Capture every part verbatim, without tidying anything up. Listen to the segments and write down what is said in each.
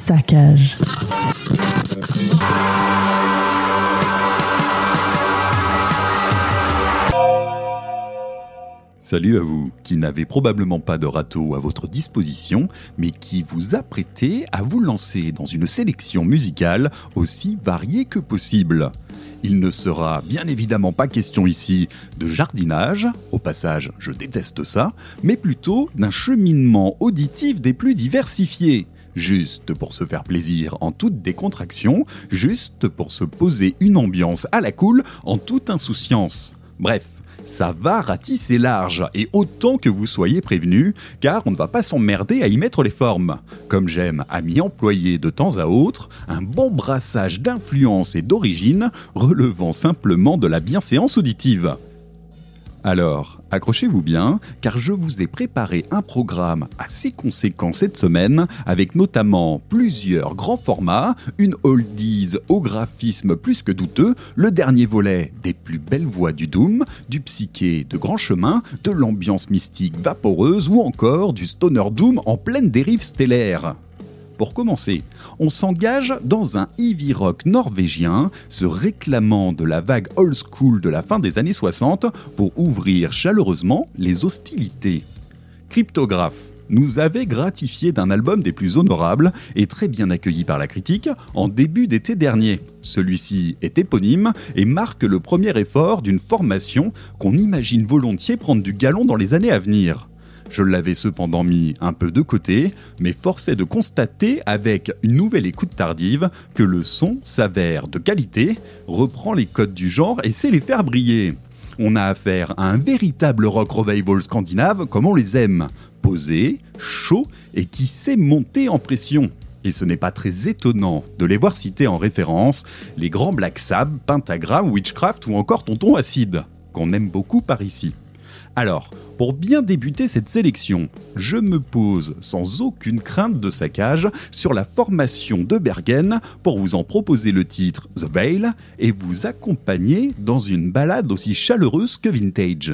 sa cage. Salut à vous, qui n'avez probablement pas de râteau à votre disposition, mais qui vous apprêtez à vous lancer dans une sélection musicale aussi variée que possible. Il ne sera bien évidemment pas question ici de jardinage, au passage je déteste ça, mais plutôt d'un cheminement auditif des plus diversifiés. Juste pour se faire plaisir en toute décontraction, juste pour se poser une ambiance à la cool en toute insouciance. Bref, ça va ratisser large, et autant que vous soyez prévenus, car on ne va pas s'emmerder à y mettre les formes. Comme j'aime à m'y employer de temps à autre, un bon brassage d'influences et d'origines relevant simplement de la bienséance auditive. Alors, accrochez-vous bien, car je vous ai préparé un programme assez conséquent cette semaine, avec notamment plusieurs grands formats, une oldies au graphisme plus que douteux, le dernier volet des plus belles voix du Doom, du psyché de grand chemin, de l'ambiance mystique vaporeuse ou encore du stoner Doom en pleine dérive stellaire. Pour commencer, on s'engage dans un heavy rock norvégien, se réclamant de la vague old school de la fin des années soixante pour ouvrir chaleureusement les hostilités. Cryptographe nous avait gratifié d'un album des plus honorables et très bien accueilli par la critique en début d'été dernier. Celui-ci est éponyme et marque le premier effort d'une formation qu'on imagine volontiers prendre du galon dans les années à venir. Je l'avais cependant mis un peu de côté, mais force est de constater avec une nouvelle écoute tardive que le son s'avère de qualité, reprend les codes du genre et sait les faire briller. On a affaire à un véritable rock revival scandinave comme on les aime, posé, chaud et qui sait monter en pression. Et ce n'est pas très étonnant de les voir cités en référence, les grands Black Sabbath, Pentagram, Witchcraft ou encore Tonton Acide, qu'on aime beaucoup par ici. Alors, pour bien débuter cette sélection, je me pose sans aucune crainte de saccage sur la formation de Bergen pour vous en proposer le titre The Veil et vous accompagner dans une balade aussi chaleureuse que vintage.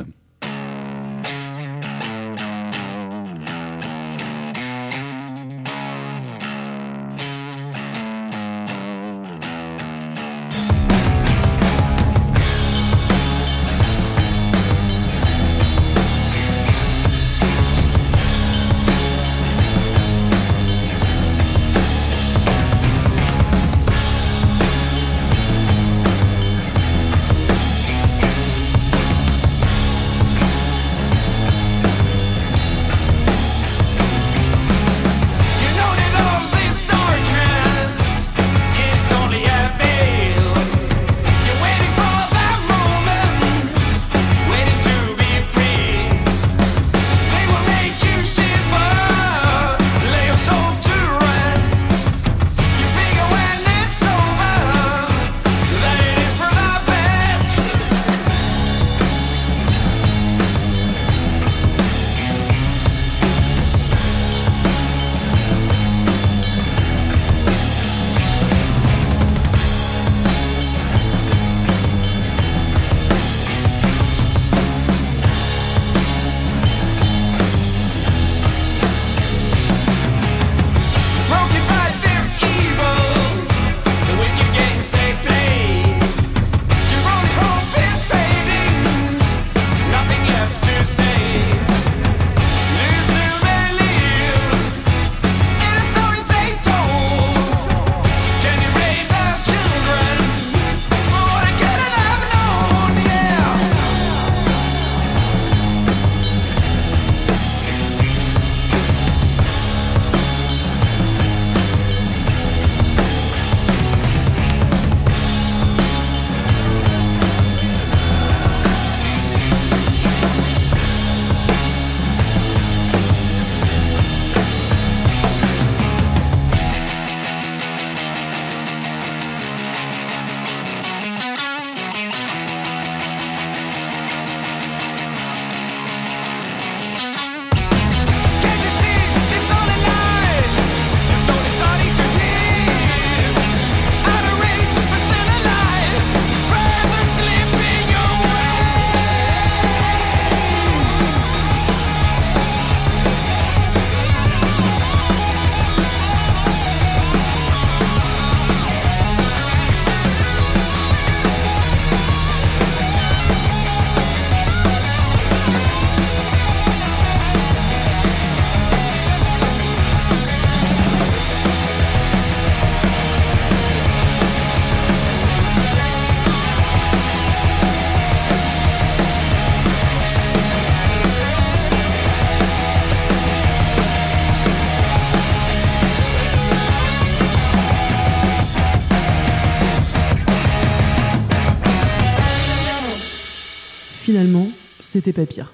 c'était pas pire.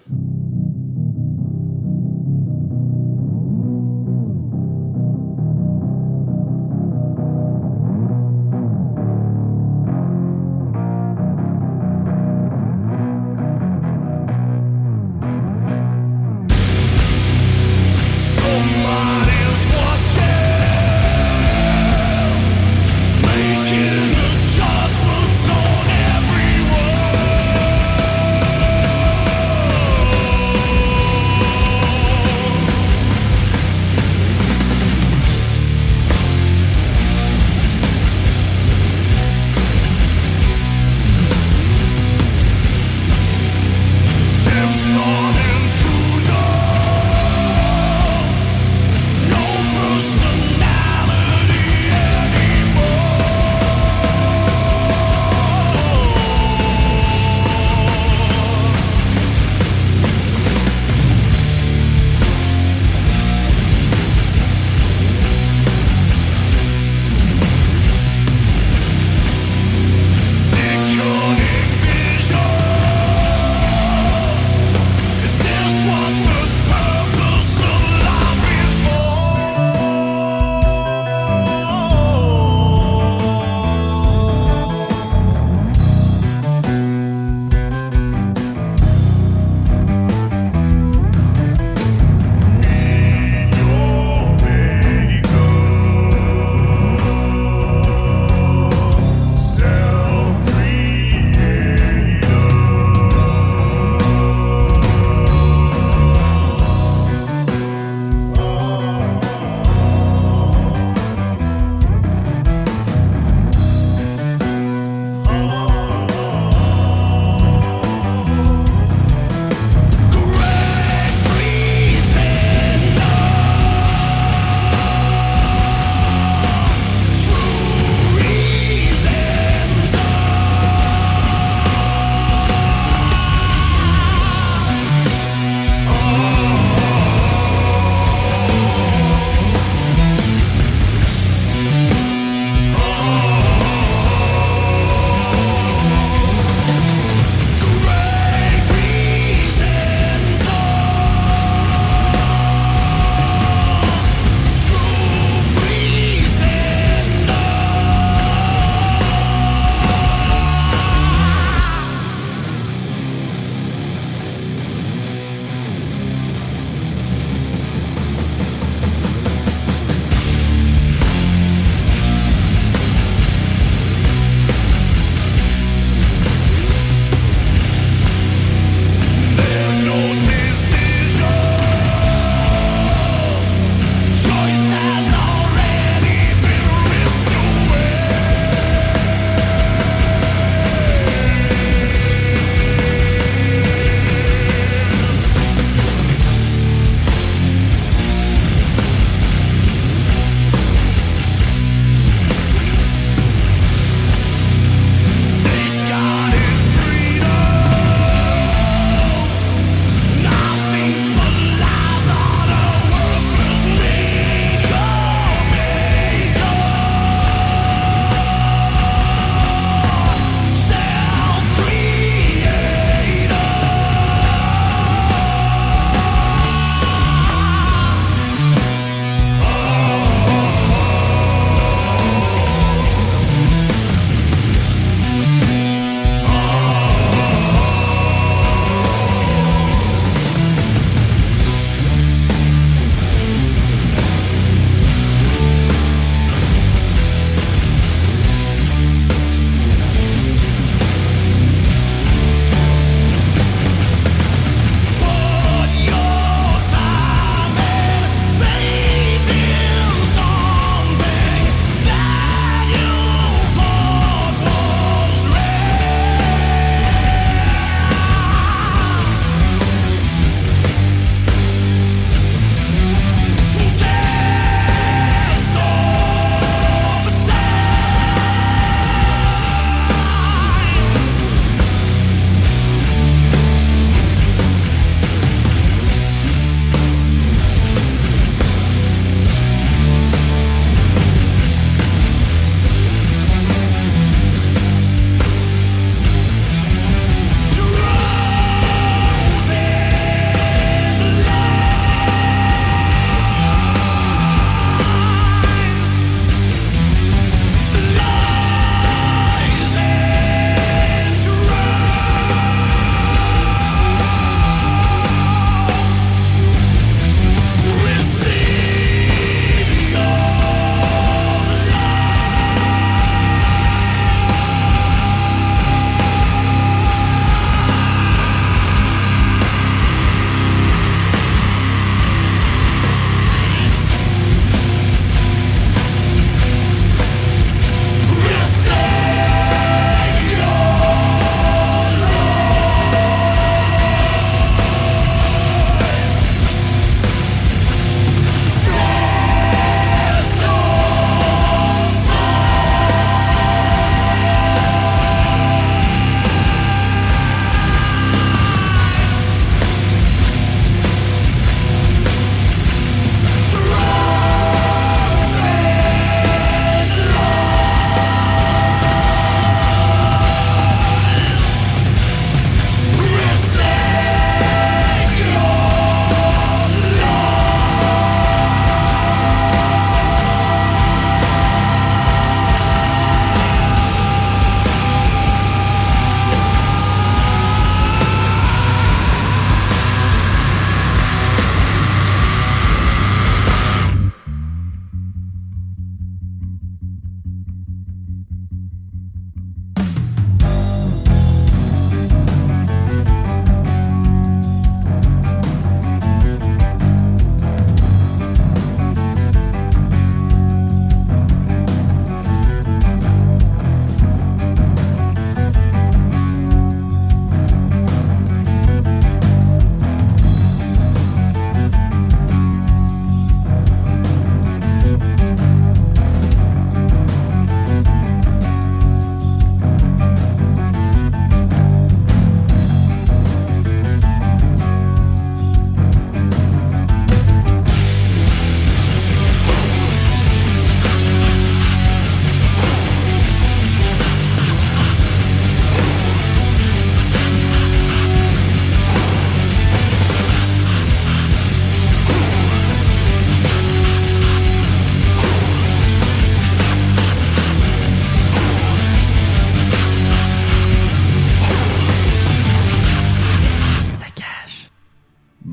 Making a judgment on everyone.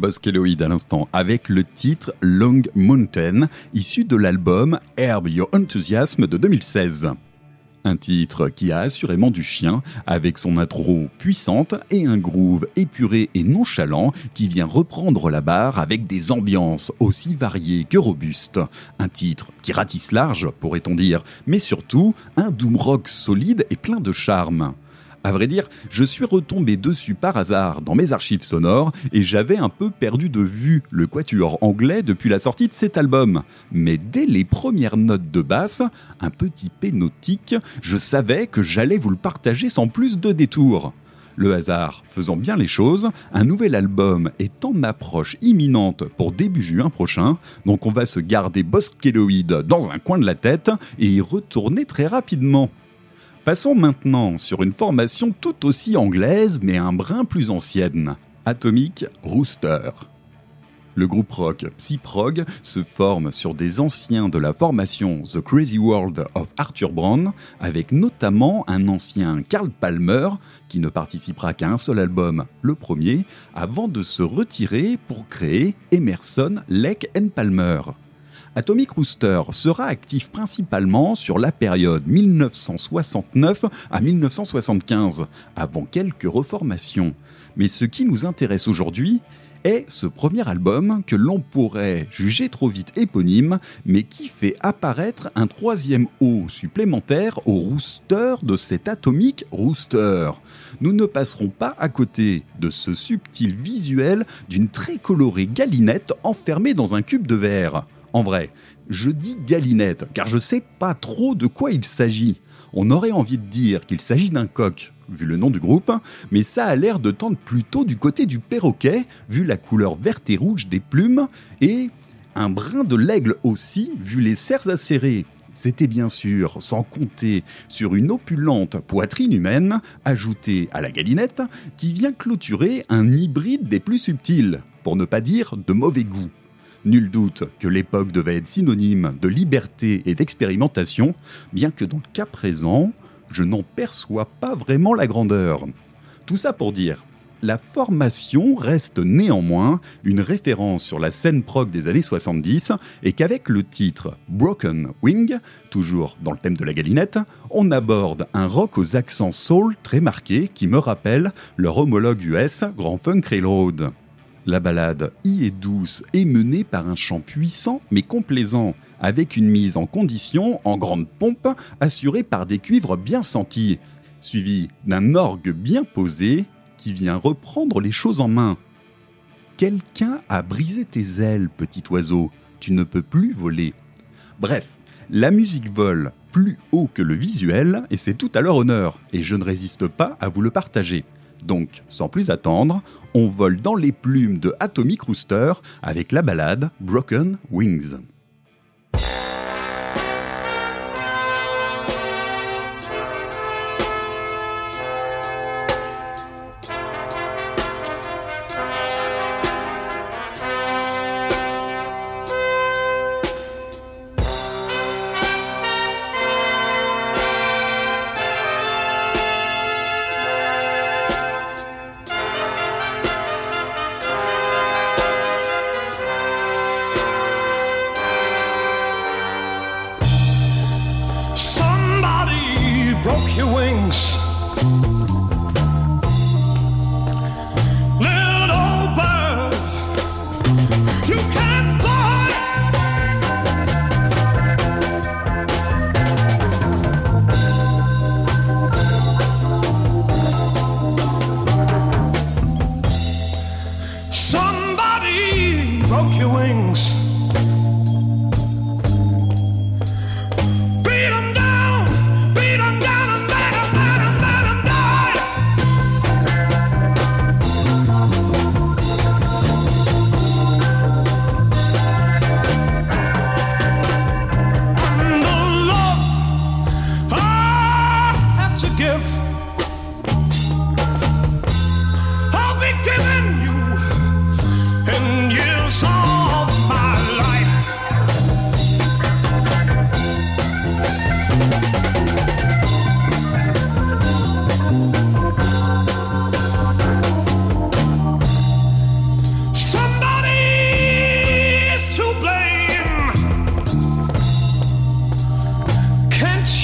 Boss Keloid à l'instant avec le titre Long Mountain, issu de l'album Herb Your Enthusiasm de deux mille seize. Un titre qui a assurément du chien, avec son intro puissante et un groove épuré et nonchalant qui vient reprendre la barre avec des ambiances aussi variées que robustes. Un titre qui ratisse large, pourrait-on dire, mais surtout un doom rock solide et plein de charme. À vrai dire, je suis retombé dessus par hasard dans mes archives sonores et j'avais un peu perdu de vue le quatuor anglais depuis la sortie de cet album. Mais dès les premières notes de basse, un petit P nautique, je savais que j'allais vous le partager sans plus de détours. Le hasard faisant bien les choses, un nouvel album est en approche imminente pour début juin prochain, donc on va se garder Boss Keloid dans un coin de la tête et y retourner très rapidement. Passons maintenant sur une formation tout aussi anglaise, mais un brin plus ancienne, Atomic Rooster. Le groupe rock Psyprog se forme sur des anciens de la formation The Crazy World of Arthur Brown, avec notamment un ancien Carl Palmer, qui ne participera qu'à un seul album, le premier, avant de se retirer pour créer Emerson, Lake and Palmer. Atomic Rooster sera actif principalement sur la période dix-neuf cent soixante-neuf à dix-neuf cent soixante-quinze, avant quelques reformations. Mais ce qui nous intéresse aujourd'hui est ce premier album que l'on pourrait juger trop vite éponyme, mais qui fait apparaître un troisième O supplémentaire au rooster de cet Atomic Rooster. Nous ne passerons pas à côté de ce subtil visuel d'une très colorée galinette enfermée dans un cube de verre. En vrai, je dis galinette, car je sais pas trop de quoi il s'agit. On aurait envie de dire qu'il s'agit d'un coq, vu le nom du groupe, mais ça a l'air de tendre plutôt du côté du perroquet, vu la couleur verte et rouge des plumes, et un brin de l'aigle aussi, vu les serres acérées. C'était bien sûr sans compter sur une opulente poitrine humaine, ajoutée à la galinette, qui vient clôturer un hybride des plus subtils, pour ne pas dire de mauvais goût. Nul doute que l'époque devait être synonyme de liberté et d'expérimentation, bien que dans le cas présent, je n'en perçois pas vraiment la grandeur. Tout ça pour dire, la formation reste néanmoins une référence sur la scène prog des années soixante-dix et qu'avec le titre Broken Wing, toujours dans le thème de la galinette, on aborde un rock aux accents soul très marqués qui me rappelle leur homologue U S Grand Funk Railroad. La ballade y est douce et menée par un chant puissant mais complaisant, avec une mise en condition en grande pompe assurée par des cuivres bien sentis, suivi d'un orgue bien posé qui vient reprendre les choses en main. Quelqu'un a brisé tes ailes, petit oiseau, tu ne peux plus voler. Bref, la musique vole plus haut que le visuel et c'est tout à leur honneur, et je ne résiste pas à vous le partager. Donc, sans plus attendre, on vole dans les plumes de Atomic Rooster avec la ballade Broken Wings.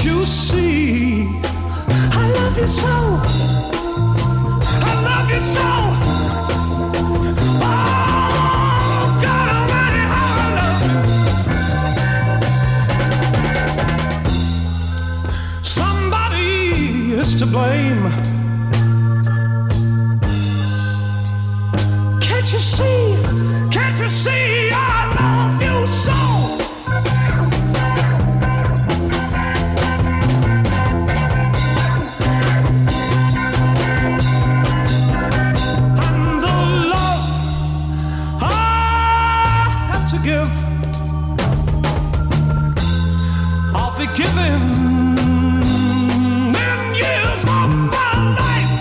you see? I love you so. I love you so. Oh, God Almighty, how I love you. Somebody is to blame. Can't you see? Can't you see? I love you so. Given in years of my life.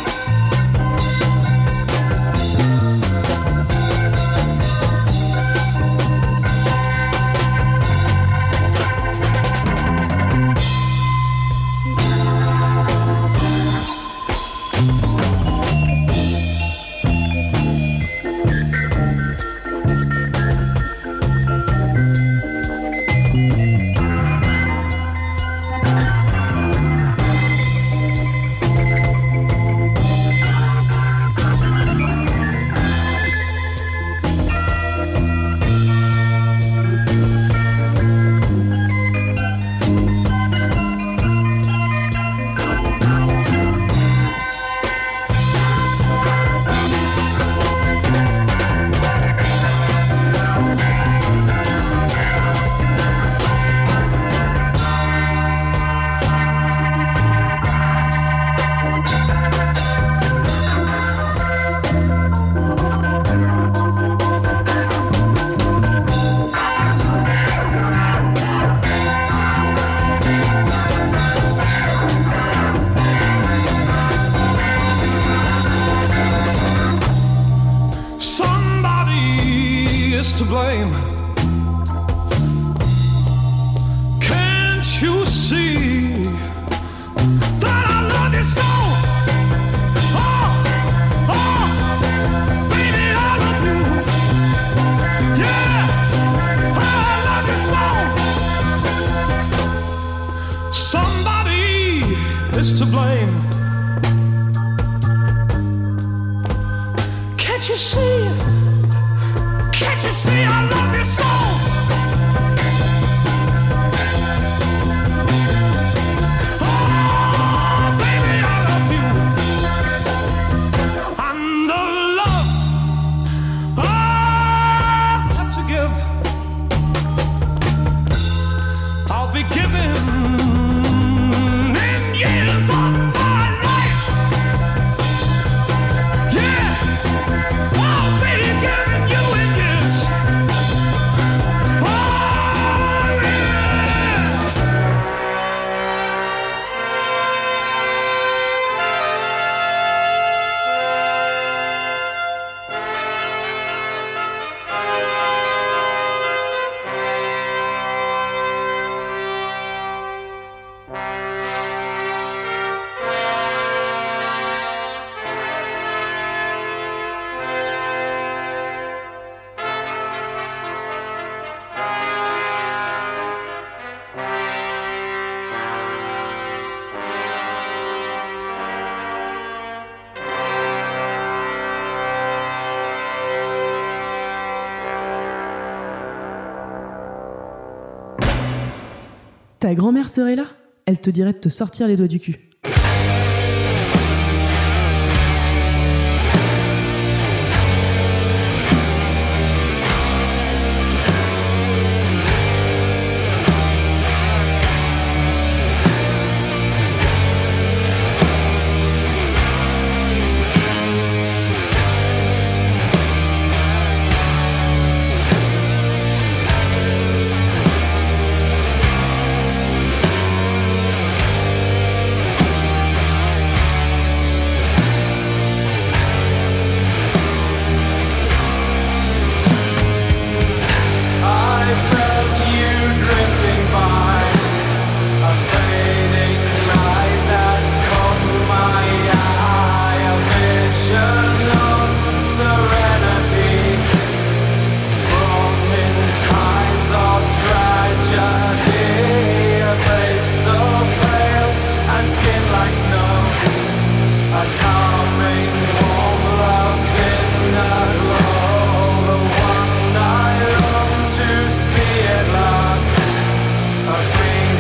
To blame. Can't you see that I love you so? Oh, oh, baby, I love you. Yeah, I love you so. Somebody is to blame. Can't you see? Can't you see I love you so? Oh, baby, I love you. And the love I have to give, I'll be giving in years of my life. Yeah, I'll be giving you in years. Oh, Ta grand-mère serait là, elle te dirait de te sortir les doigts du cul.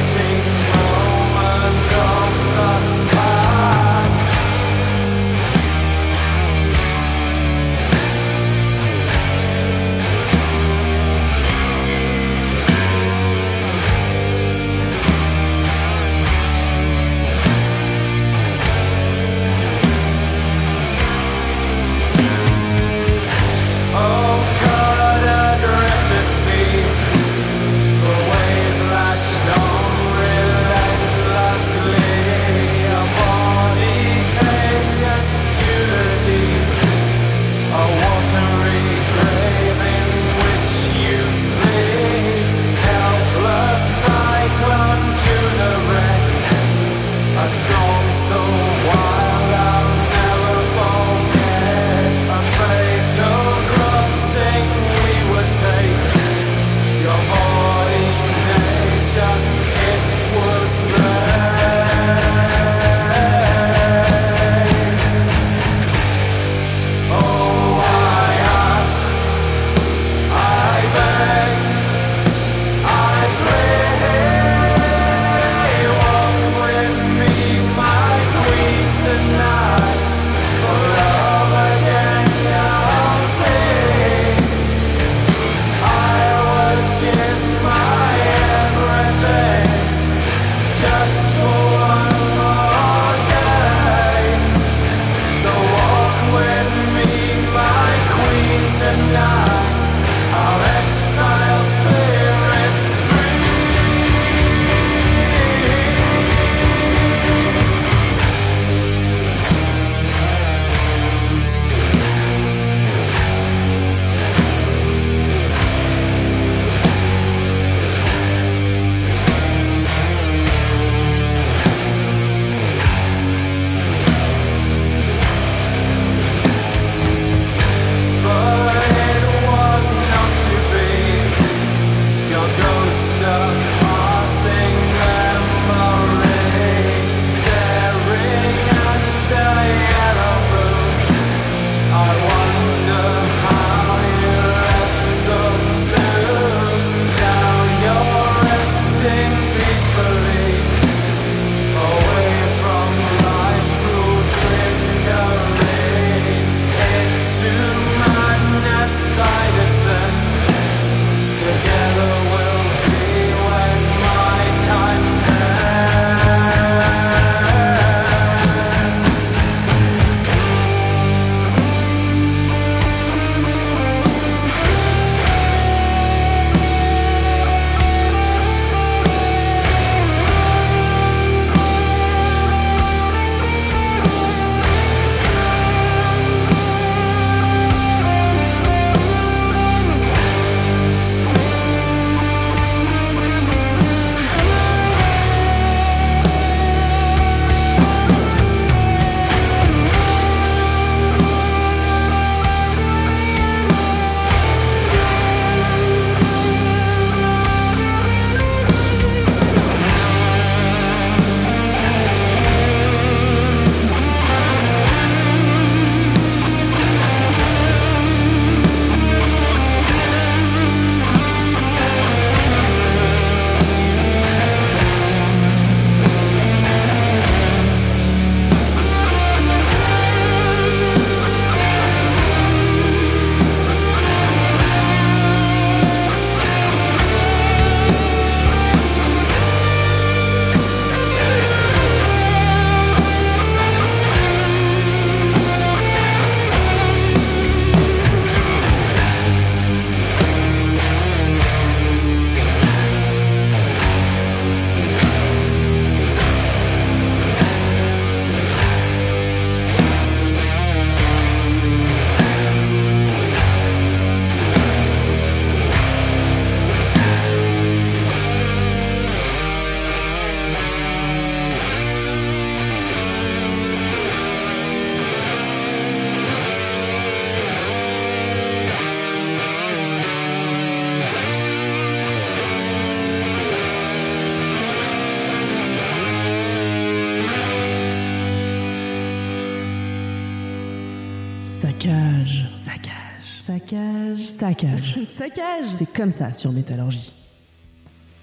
Saccage. Saccage. Saccage. Saccage. Saccage. C'est comme ça sur Métallurgie.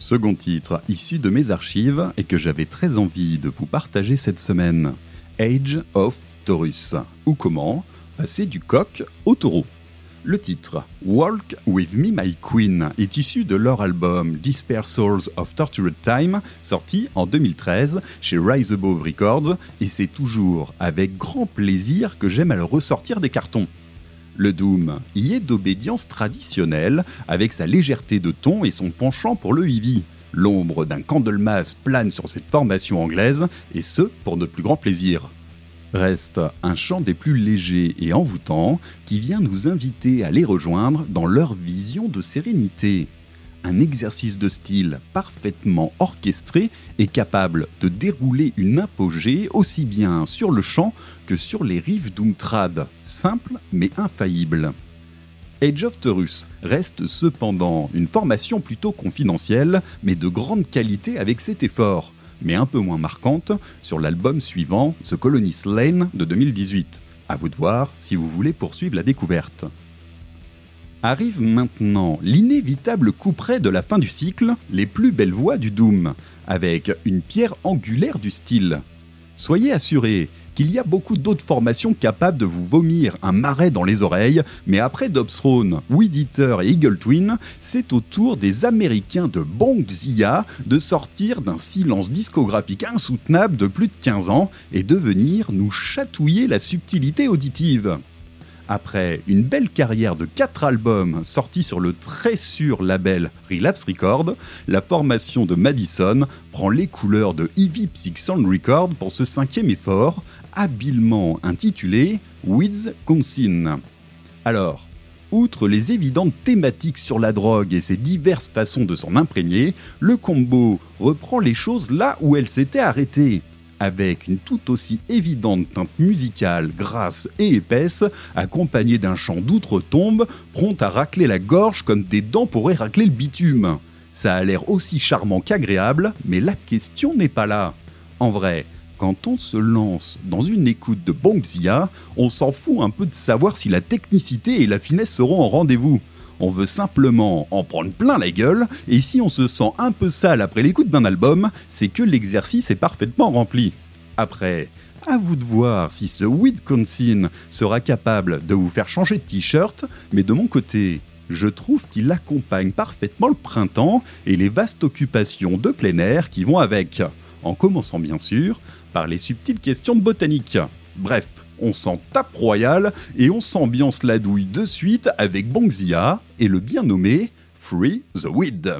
Second titre issu de mes archives et que j'avais très envie de vous partager cette semaine. Age of Taurus, ou comment passer du coq au taureau. Le titre Walk With Me My Queen est issu de leur album Despair Souls of Tortured Time, sorti en deux mille treize chez Rise Above Records, et c'est toujours avec grand plaisir que j'aime à le ressortir des cartons. Le doom y est d'obédience traditionnelle, avec sa légèreté de ton et son penchant pour le heavy. L'ombre d'un Candlemas plane sur cette formation anglaise, et ce pour notre plus grand plaisir. Reste un chant des plus légers et envoûtants qui vient nous inviter à les rejoindre dans leur vision de sérénité. Un exercice de style parfaitement orchestré et capable de dérouler une apogée aussi bien sur le chant que sur les riffs doomtrad, simples mais infaillibles. Age of Taurus reste cependant une formation plutôt confidentielle mais de grande qualité avec cet effort, mais un peu moins marquante, sur l'album suivant, The Colony Slain de deux mille dix-huit. À vous de voir si vous voulez poursuivre la découverte. Arrive maintenant l'inévitable couperet de la fin du cycle, les plus belles voix du Doom, avec une pierre angulaire du style. Soyez assurés qu'il y a beaucoup d'autres formations capables de vous vomir un marais dans les oreilles, mais après Dobsthrone, Weed Eater et Eagle Twin, c'est au tour des Américains de Bongzilla de sortir d'un silence discographique insoutenable de plus de quinze ans et de venir nous chatouiller la subtilité auditive. Après une belle carrière de quatre albums sortis sur le très sûr label Relapse Records, la formation de Madison prend les couleurs de Heavy Psych Sound Records pour ce cinquième effort, habilement intitulé Wisconsin. Alors, outre les évidentes thématiques sur la drogue et ses diverses façons de s'en imprégner, le combo reprend les choses là où elles s'étaient arrêtées, avec une tout aussi évidente teinte musicale grasse et épaisse, accompagnée d'un chant d'outre-tombe, prompt à racler la gorge comme des dents pourraient racler le bitume. Ça a l'air aussi charmant qu'agréable, mais la question n'est pas là. En vrai, quand on se lance dans une écoute de Bongzilla, on s'en fout un peu de savoir si la technicité et la finesse seront en rendez-vous. On veut simplement en prendre plein la gueule, et si on se sent un peu sale après l'écoute d'un album, c'est que l'exercice est parfaitement rempli. Après, à vous de voir si ce Wisconsin sera capable de vous faire changer de t-shirt, mais de mon côté, je trouve qu'il accompagne parfaitement le printemps et les vastes occupations de plein air qui vont avec, en commençant bien sûr par les subtiles questions de botanique. Bref, on s'en tape royal et on s'ambiance la douille de suite avec Bongzilla et le bien nommé Free the Weed.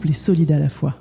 souple et solide à la fois.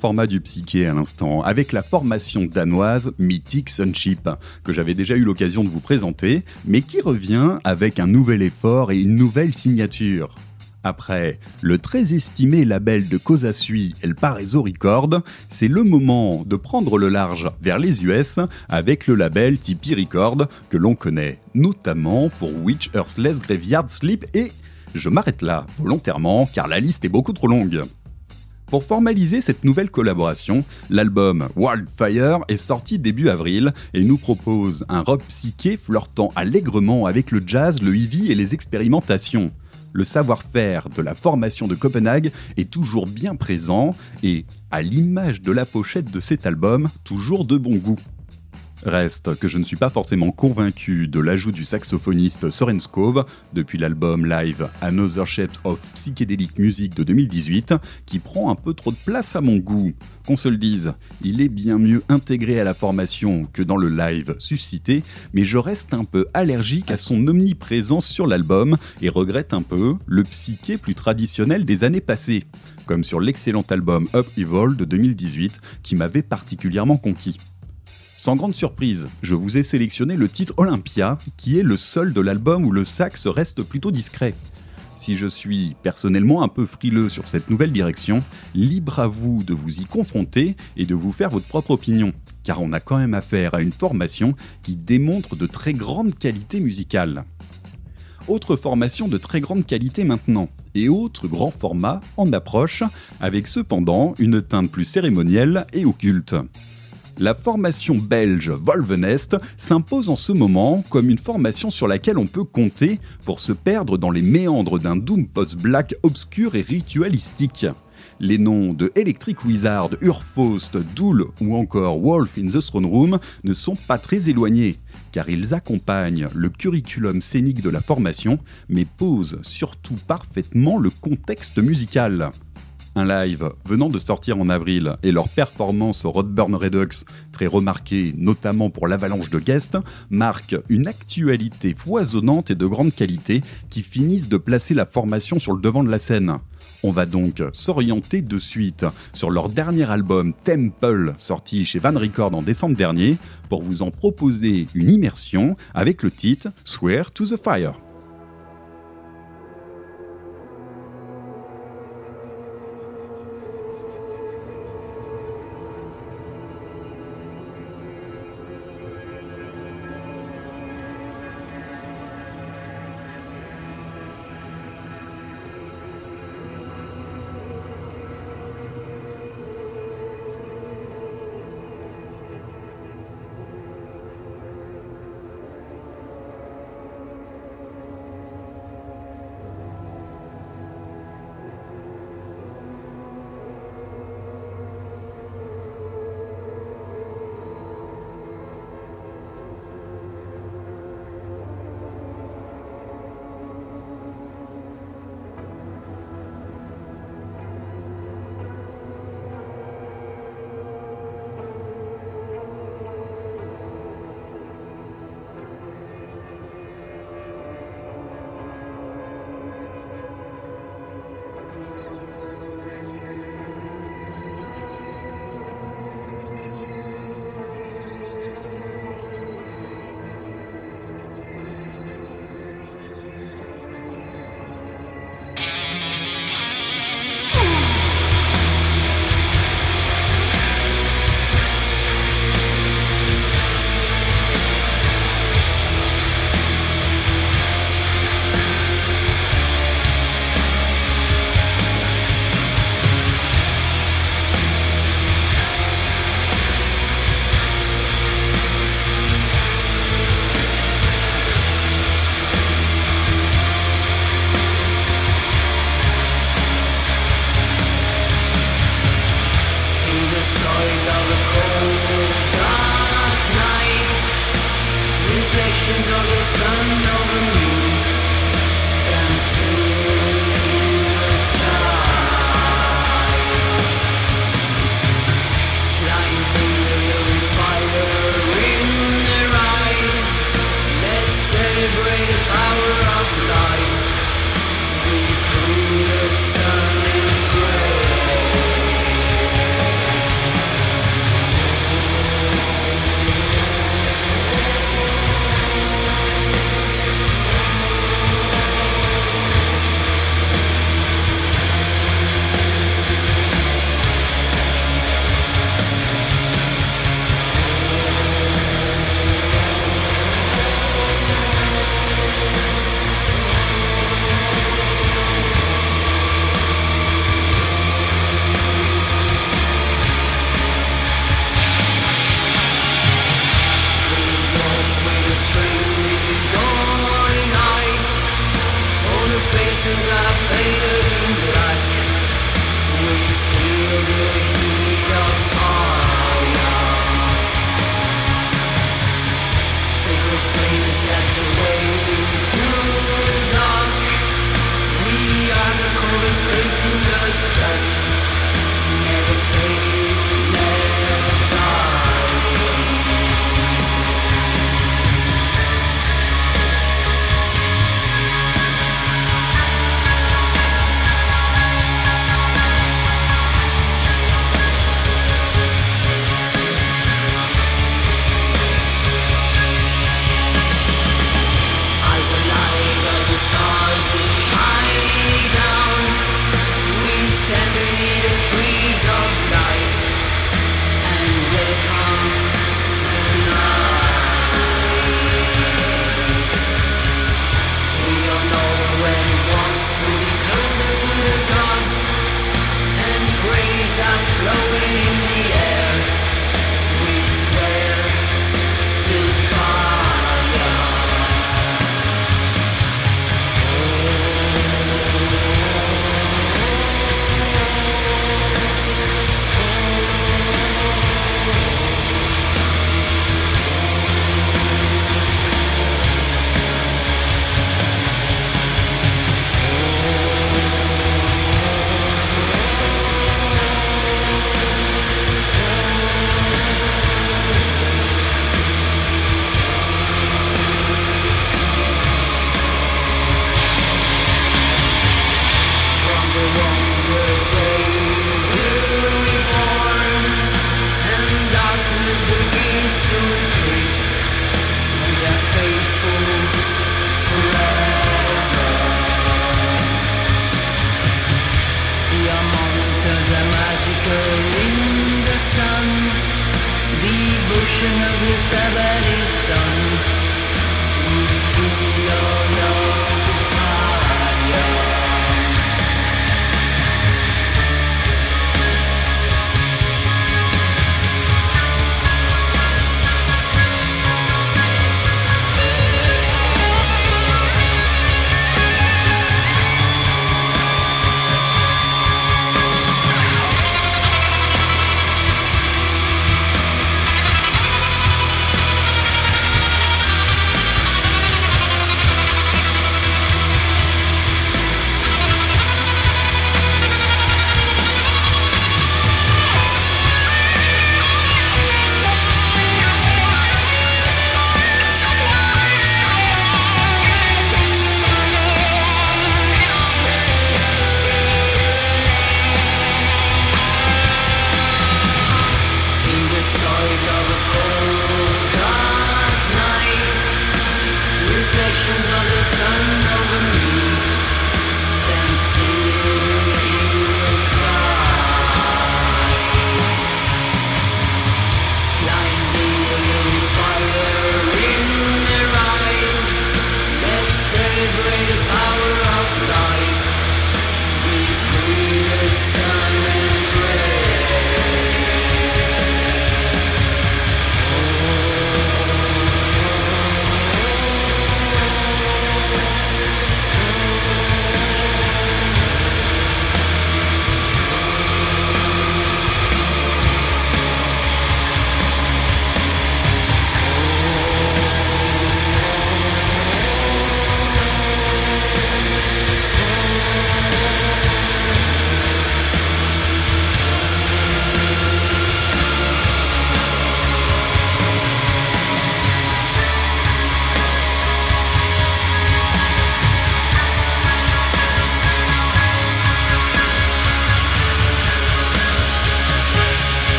format du psyché à l'instant, avec la formation danoise Mythic Sunship, que j'avais déjà eu l'occasion de vous présenter, mais qui revient avec un nouvel effort et une nouvelle signature. Après le très estimé label de Kosasui El Paraiso Record, c'est le moment de prendre le large vers les U S avec le label Tipeee Record, que l'on connaît notamment pour Which Earthless Graveyard Sleep, et je m'arrête là volontairement car la liste est beaucoup trop longue. Pour formaliser cette nouvelle collaboration, l'album Wildfire est sorti début avril et nous propose un rock psyché flirtant allègrement avec le jazz, le heavy et les expérimentations. Le savoir-faire de la formation de Copenhague est toujours bien présent et, à l'image de la pochette de cet album, toujours de bon goût. Reste que je ne suis pas forcément convaincu de l'ajout du saxophoniste Soren Skov depuis l'album live Another Shape of Psychedelic Music de deux mille dix-huit, qui prend un peu trop de place à mon goût. Qu'on se le dise, il est bien mieux intégré à la formation que dans le live suscité, mais je reste un peu allergique à son omniprésence sur l'album et regrette un peu le psyché plus traditionnel des années passées, comme sur l'excellent album Up Evil de deux mille dix-huit qui m'avait particulièrement conquis. Sans grande surprise, je vous ai sélectionné le titre Olympia, qui est le seul de l'album où le sax reste plutôt discret. Si je suis personnellement un peu frileux sur cette nouvelle direction, libre à vous de vous y confronter et de vous faire votre propre opinion, car on a quand même affaire à une formation qui démontre de très grandes qualités musicales. Autre formation de très grande qualité maintenant, et autre grand format en approche, avec cependant une teinte plus cérémonielle et occulte. La formation belge Wolvenest s'impose en ce moment comme une formation sur laquelle on peut compter pour se perdre dans les méandres d'un doom post-black obscur et ritualistique. Les noms de Electric Wizard, Urfaust, Dool ou encore Wolf in the Throne Room ne sont pas très éloignés, car ils accompagnent le curriculum scénique de la formation, mais posent surtout parfaitement le contexte musical. Un live venant de sortir en avril et leur performance au Roadburn Redux, très remarquée notamment pour l'avalanche de guests, marquent une actualité foisonnante et de grande qualité qui finissent de placer la formation sur le devant de la scène. On va donc s'orienter de suite sur leur dernier album Temple, sorti chez Van Record en décembre dernier, pour vous en proposer une immersion avec le titre Swear to the Fire.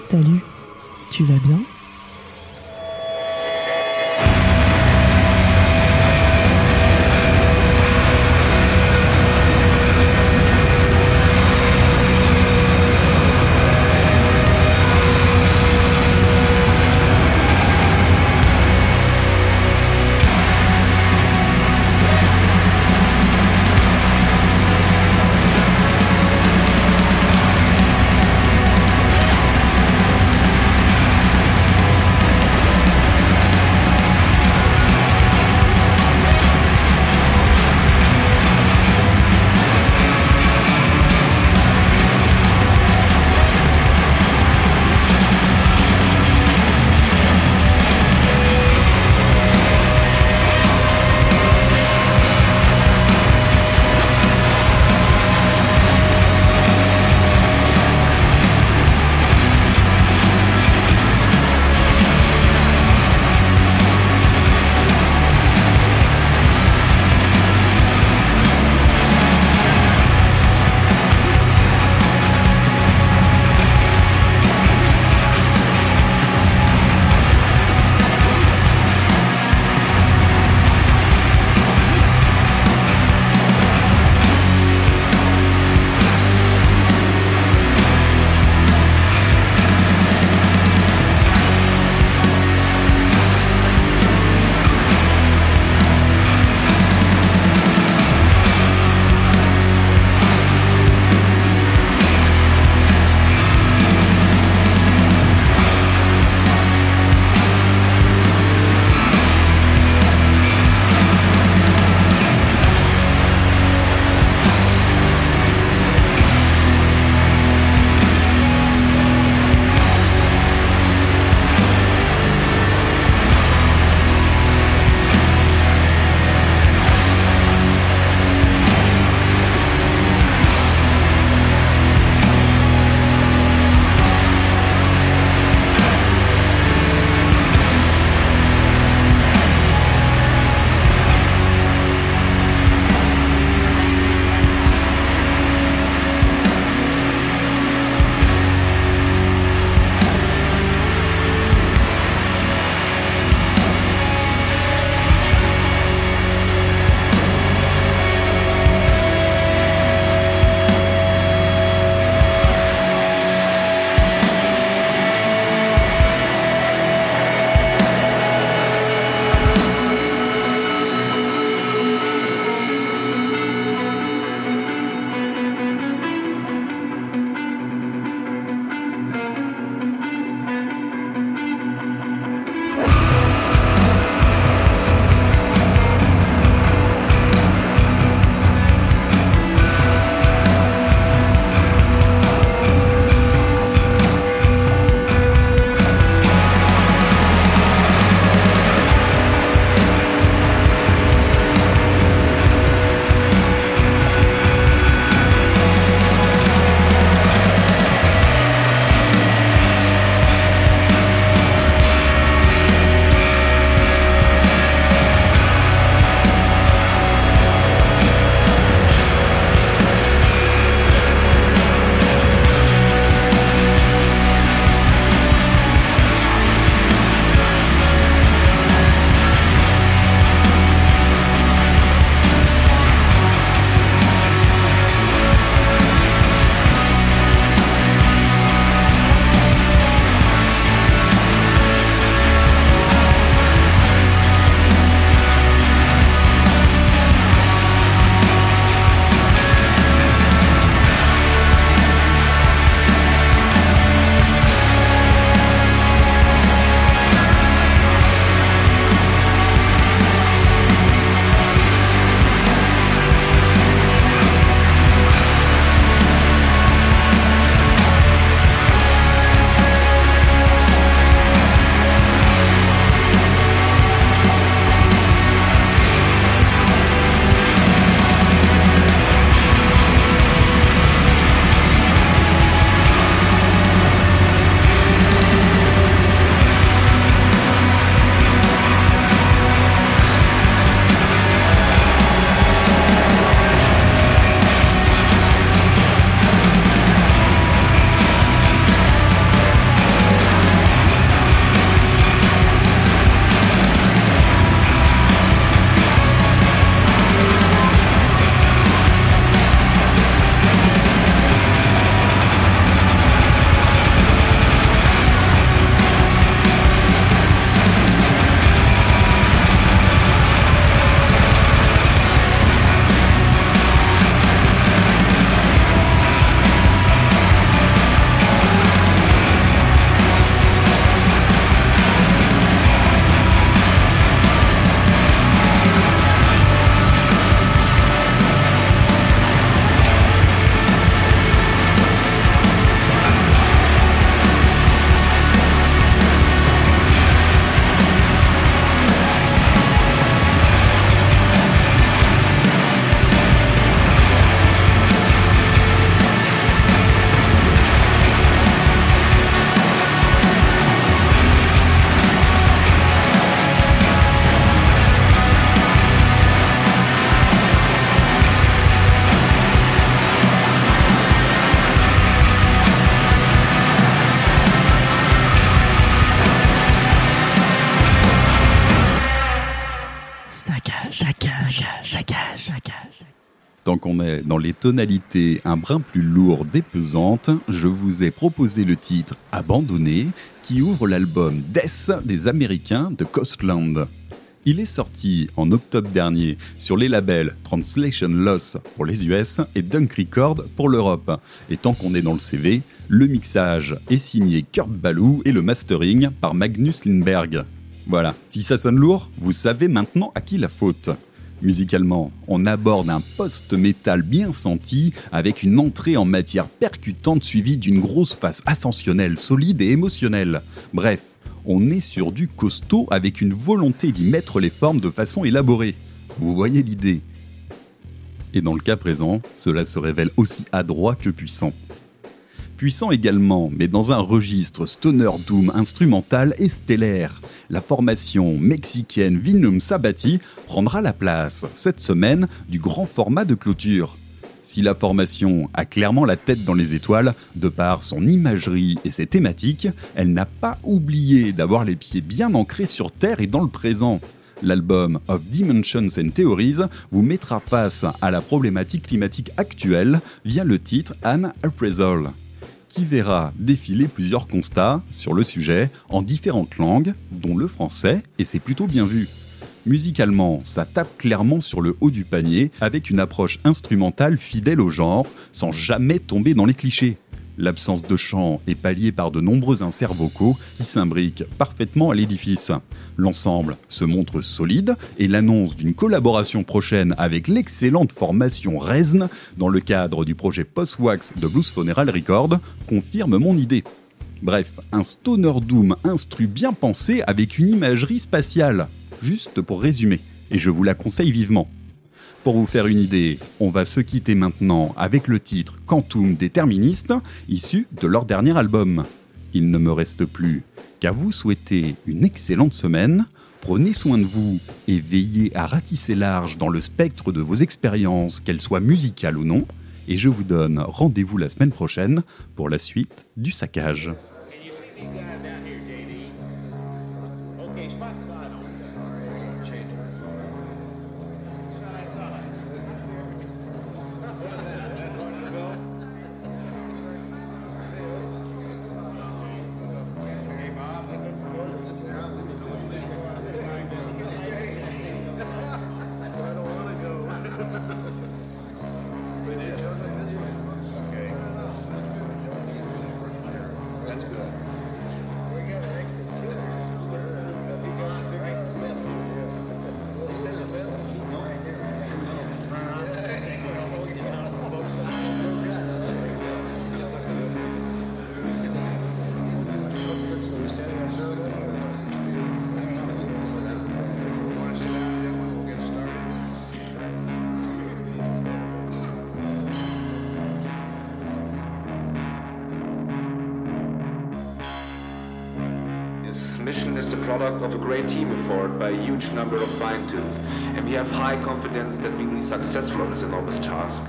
Salut, tu vas bien ? Tant qu'on est dans les tonalités un brin plus lourdes et pesantes, je vous ai proposé le titre « Abandonné » qui ouvre l'album « Death » des Américains de Coastland. Il est sorti en octobre dernier sur les labels Translation Loss pour les U S et Dunk Record pour l'Europe. Et tant qu'on est dans le C V, le mixage est signé Kurt Ballou et le mastering par Magnus Lindberg. Voilà, si ça sonne lourd, vous savez maintenant à qui la faute. Musicalement, on aborde un post-metal bien senti avec une entrée en matière percutante suivie d'une grosse phase ascensionnelle, solide et émotionnelle. Bref, on est sur du costaud avec une volonté d'y mettre les formes de façon élaborée. Vous voyez l'idée. Et dans le cas présent, cela se révèle aussi adroit que puissant. Puissant également, mais dans un registre stoner doom instrumental et stellaire. La formation mexicaine Vinum Sabati prendra la place, cette semaine, du grand format de clôture. Si la formation a clairement la tête dans les étoiles, de par son imagerie et ses thématiques, elle n'a pas oublié d'avoir les pieds bien ancrés sur Terre et dans le présent. L'album Of Dimensions and Theories vous mettra face à la problématique climatique actuelle via le titre An Appraisal, qui verra défiler plusieurs constats sur le sujet en différentes langues, dont le français, et c'est plutôt bien vu. Musicalement, ça tape clairement sur le haut du panier avec une approche instrumentale fidèle au genre, sans jamais tomber dans les clichés. L'absence de chant est palliée par de nombreux inserts vocaux qui s'imbriquent parfaitement à l'édifice. L'ensemble se montre solide et l'annonce d'une collaboration prochaine avec l'excellente formation Reznn dans le cadre du projet Post-Wax de Blues Funeral Records confirme mon idée. Bref, un stoner doom instru bien pensé avec une imagerie spatiale. Juste pour résumer, et je vous la conseille vivement. Pour vous faire une idée, on va se quitter maintenant avec le titre Quantum des Terministes, issu de leur dernier album. Il ne me reste plus qu'à vous souhaiter une excellente semaine, prenez soin de vous et veillez à ratisser large dans le spectre de vos expériences, qu'elles soient musicales ou non, et je vous donne rendez-vous la semaine prochaine pour la suite du saccage. Mission is the product of a great team effort by a huge number of scientists, and we have high confidence that we will be successful on this enormous task.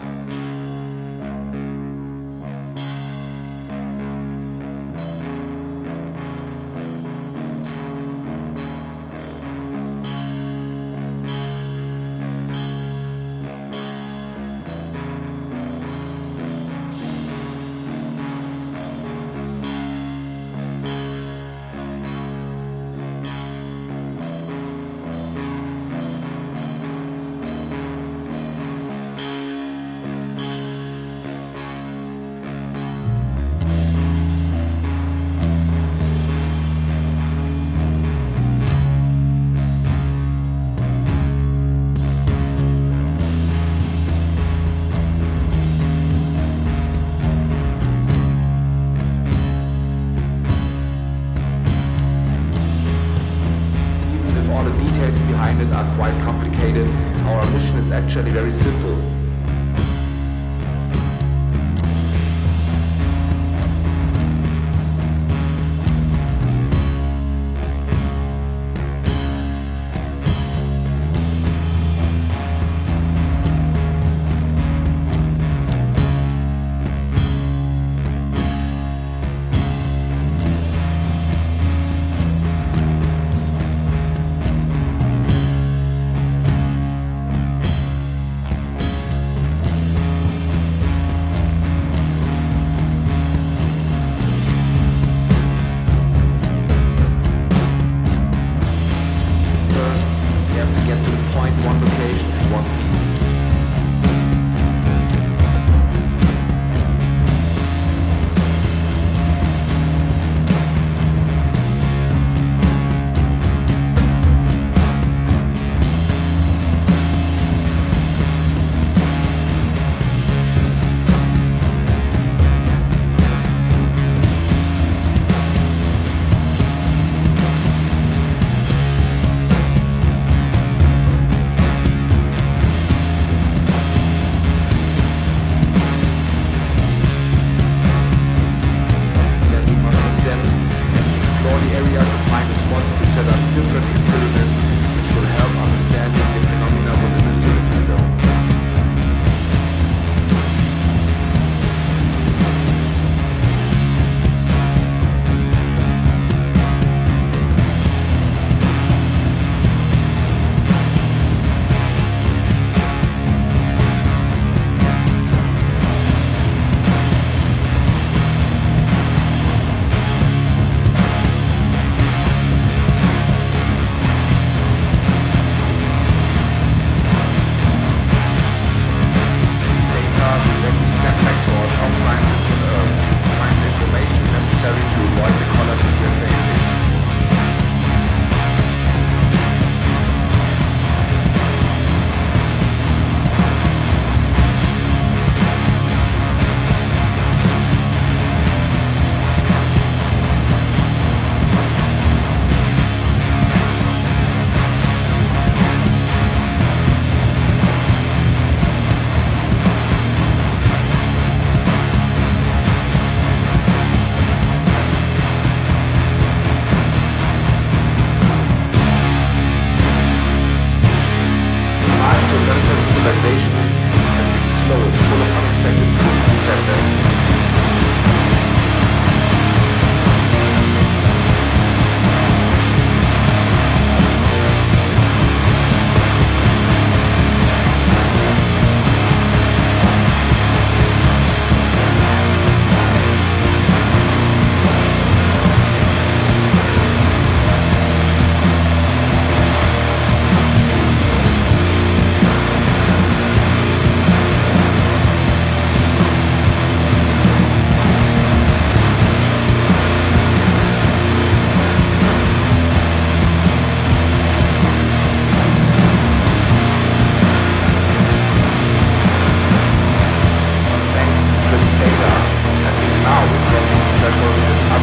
Are quite complicated. Our mission is actually very simple.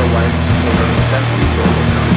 otherwise taken centuries to overcome.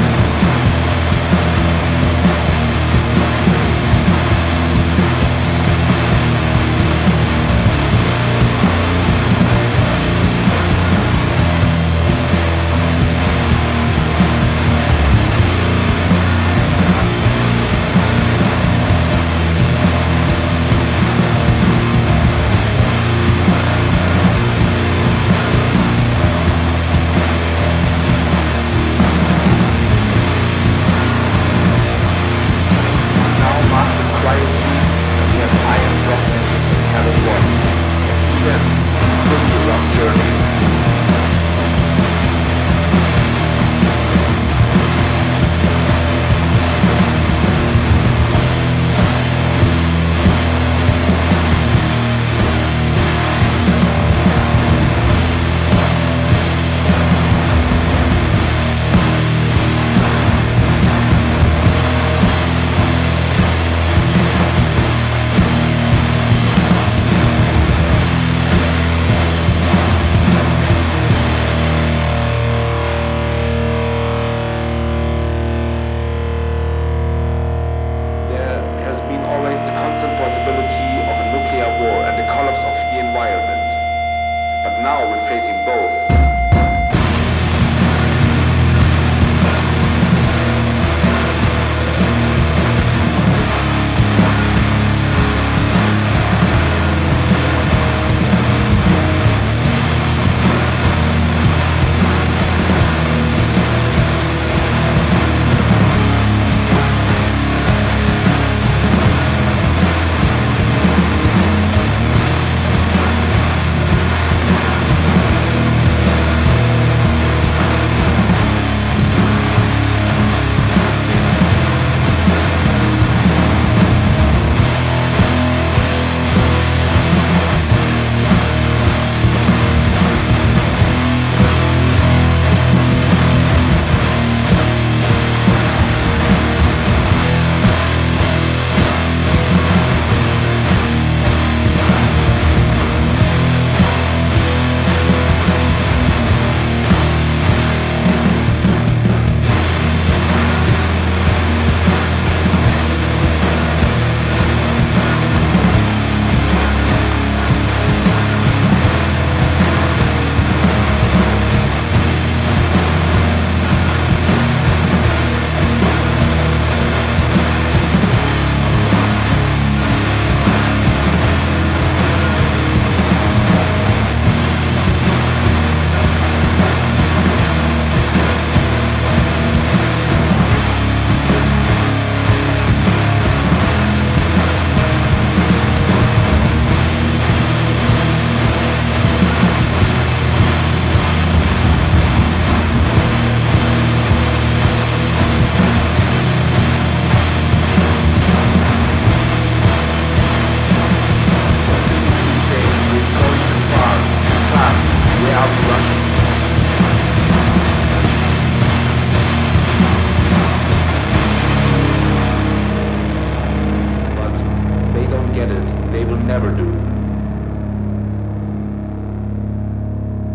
never do.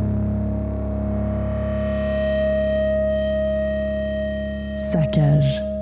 Saccage.